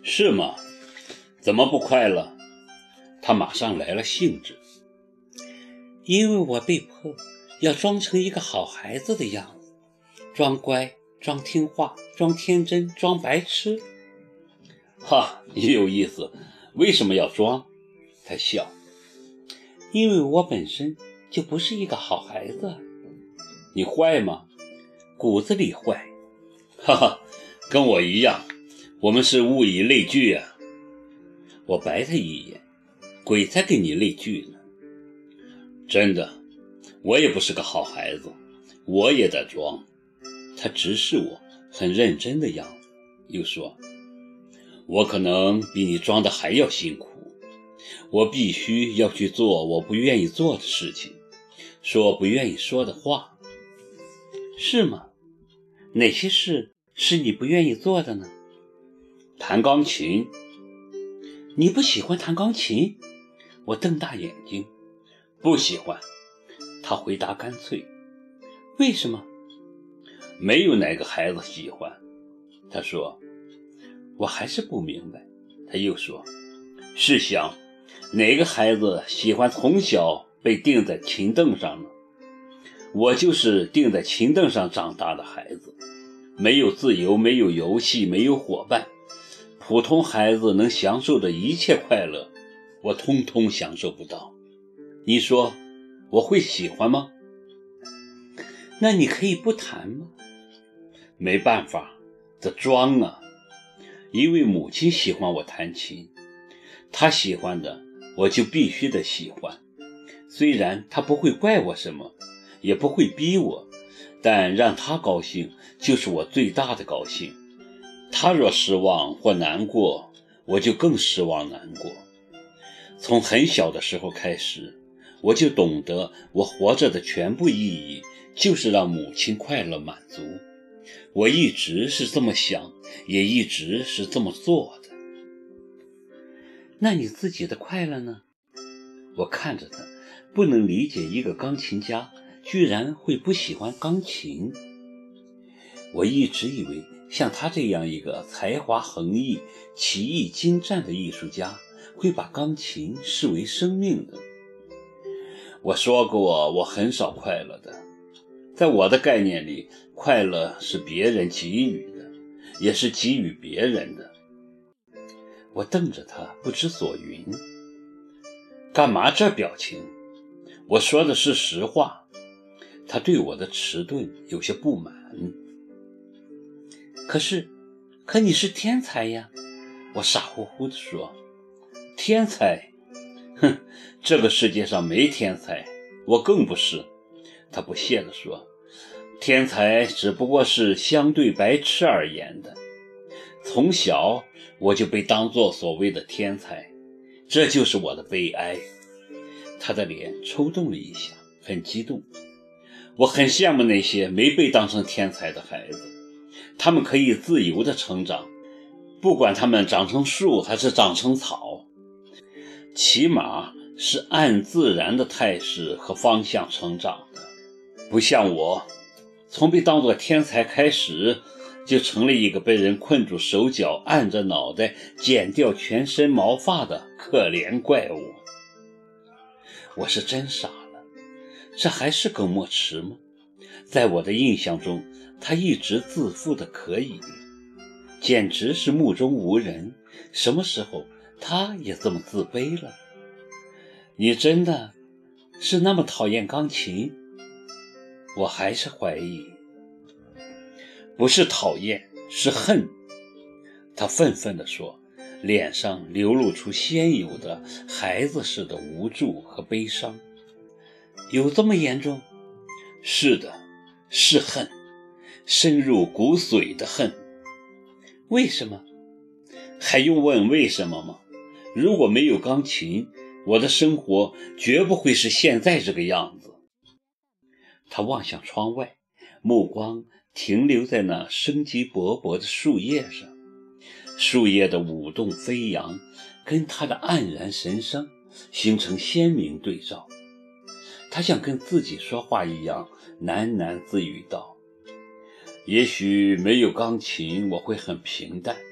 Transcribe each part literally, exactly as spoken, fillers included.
是吗？怎么不快乐？他马上来了兴致。 因为我被迫要装成一个好孩子的样子，装乖，装听话，装天真，装白痴。 哈，也有意思，为什么要装？他笑。 因为我本身就不是一个好孩子。 你坏吗？ 骨子里坏。 哈哈，跟我一样，我们是物以类聚啊。 我白他一眼，鬼才给你类聚呢。 真的，我也不是个好孩子，我也在装。 他直视我，很认真的样子，又说， 我可能比你装的还要辛苦，我必须要去做我不愿意做的事情，说不愿意说的话。 是吗？哪些事是你不愿意做的呢？ 弹钢琴。 你不喜欢弹钢琴？我瞪大眼睛。 不喜欢。 他回答干脆。为什么？ 没有哪个孩子喜欢。他说。 我还是不明白。 他又说，试想，哪个孩子喜欢从小被钉在琴凳上呢？我就是钉在琴凳上长大的孩子，没有自由，没有游戏，没有伙伴，普通孩子能享受的一切快乐，我通通享受不到。你说我会喜欢吗？ 那你可以不弹吗？ 没办法，这装啊。因为母亲喜欢我弹琴，她喜欢的我就必须得喜欢，虽然她不会怪我什么，也不会逼我，但让她高兴就是我最大的高兴。她若失望或难过，我就更失望难过。从很小的时候开始，我就懂得我活着的全部意义就是让母亲快乐满足。我一直是这么想，也一直是这么做的。 那你自己的快乐呢？我看着他，不能理解一个钢琴家居然会不喜欢钢琴。我一直以为像他这样一个才华横溢、棋艺精湛的艺术家会把钢琴视为生命的。 我说过我很少快乐的，在我的概念里，快乐是别人给予的，也是给予别人的。 我瞪着他不知所云。 干嘛这表情？我说的是实话。他对我的迟钝有些不满。 可是可你是天才呀。我傻乎乎地说。 天才？哼，这个世界上没天才，我更不是。他不屑地说，天才只不过是相对白痴而言的。从小我就被当作所谓的天才，这就是我的悲哀。他的脸抽动了一下，很激动。我很羡慕那些没被当成天才的孩子，他们可以自由地成长，不管他们长成树还是长成草，起码是按自然的态势和方向成长的。不像我，从被当作天才开始，就成了一个被人困住手脚，按着脑袋剪掉全身毛发的可怜怪物。我是真傻了，这还是耿墨池吗？在我的印象中，他一直自负的可以，简直是目中无人。什么时候他也这么自卑了？你真的是那么讨厌钢琴？我还是怀疑。不是讨厌，是恨。他愤愤地说，脸上流露出先有的孩子似的无助和悲伤。 有这么严重？ 是的，是恨，深入骨髓的恨。 为什么？ 还用问为什么吗？如果没有钢琴，我的生活绝不会是现在这个样子。他望向窗外，目光停留在那生机勃勃的树叶上，树叶的舞动飞扬跟他的黯然神伤形成鲜明对照。他像跟自己说话一样喃喃自语道，也许没有钢琴我会很平淡，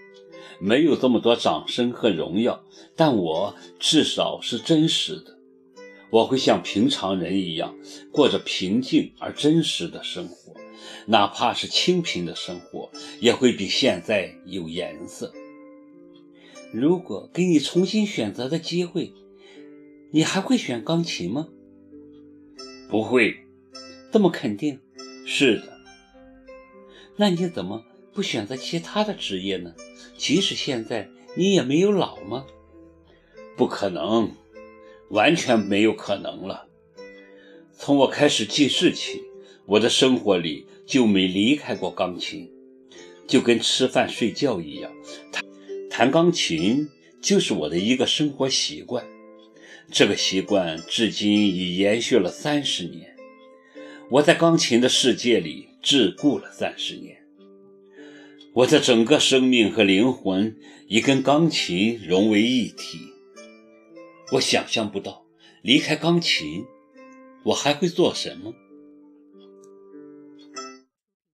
没有这么多掌声和荣耀，但我至少是真实的。我会像平常人一样，过着平静而真实的生活，哪怕是清贫的生活，也会比现在有颜色。 如果给你重新选择的机会，你还会选钢琴吗？ 不会。 这么肯定？ 是的。 那你怎么不选择其他的职业呢？即使现在你也没有老吗？ 不可能，完全没有可能了。从我开始记事起，我的生活里就没离开过钢琴，就跟吃饭睡觉一样，弹弹钢琴就是我的一个生活习惯。这个习惯至今已延续了三十年，我在钢琴的世界里桎梏了三十年。我的整个生命和灵魂已跟钢琴融为一体。我想象不到离开钢琴，我还会做什么。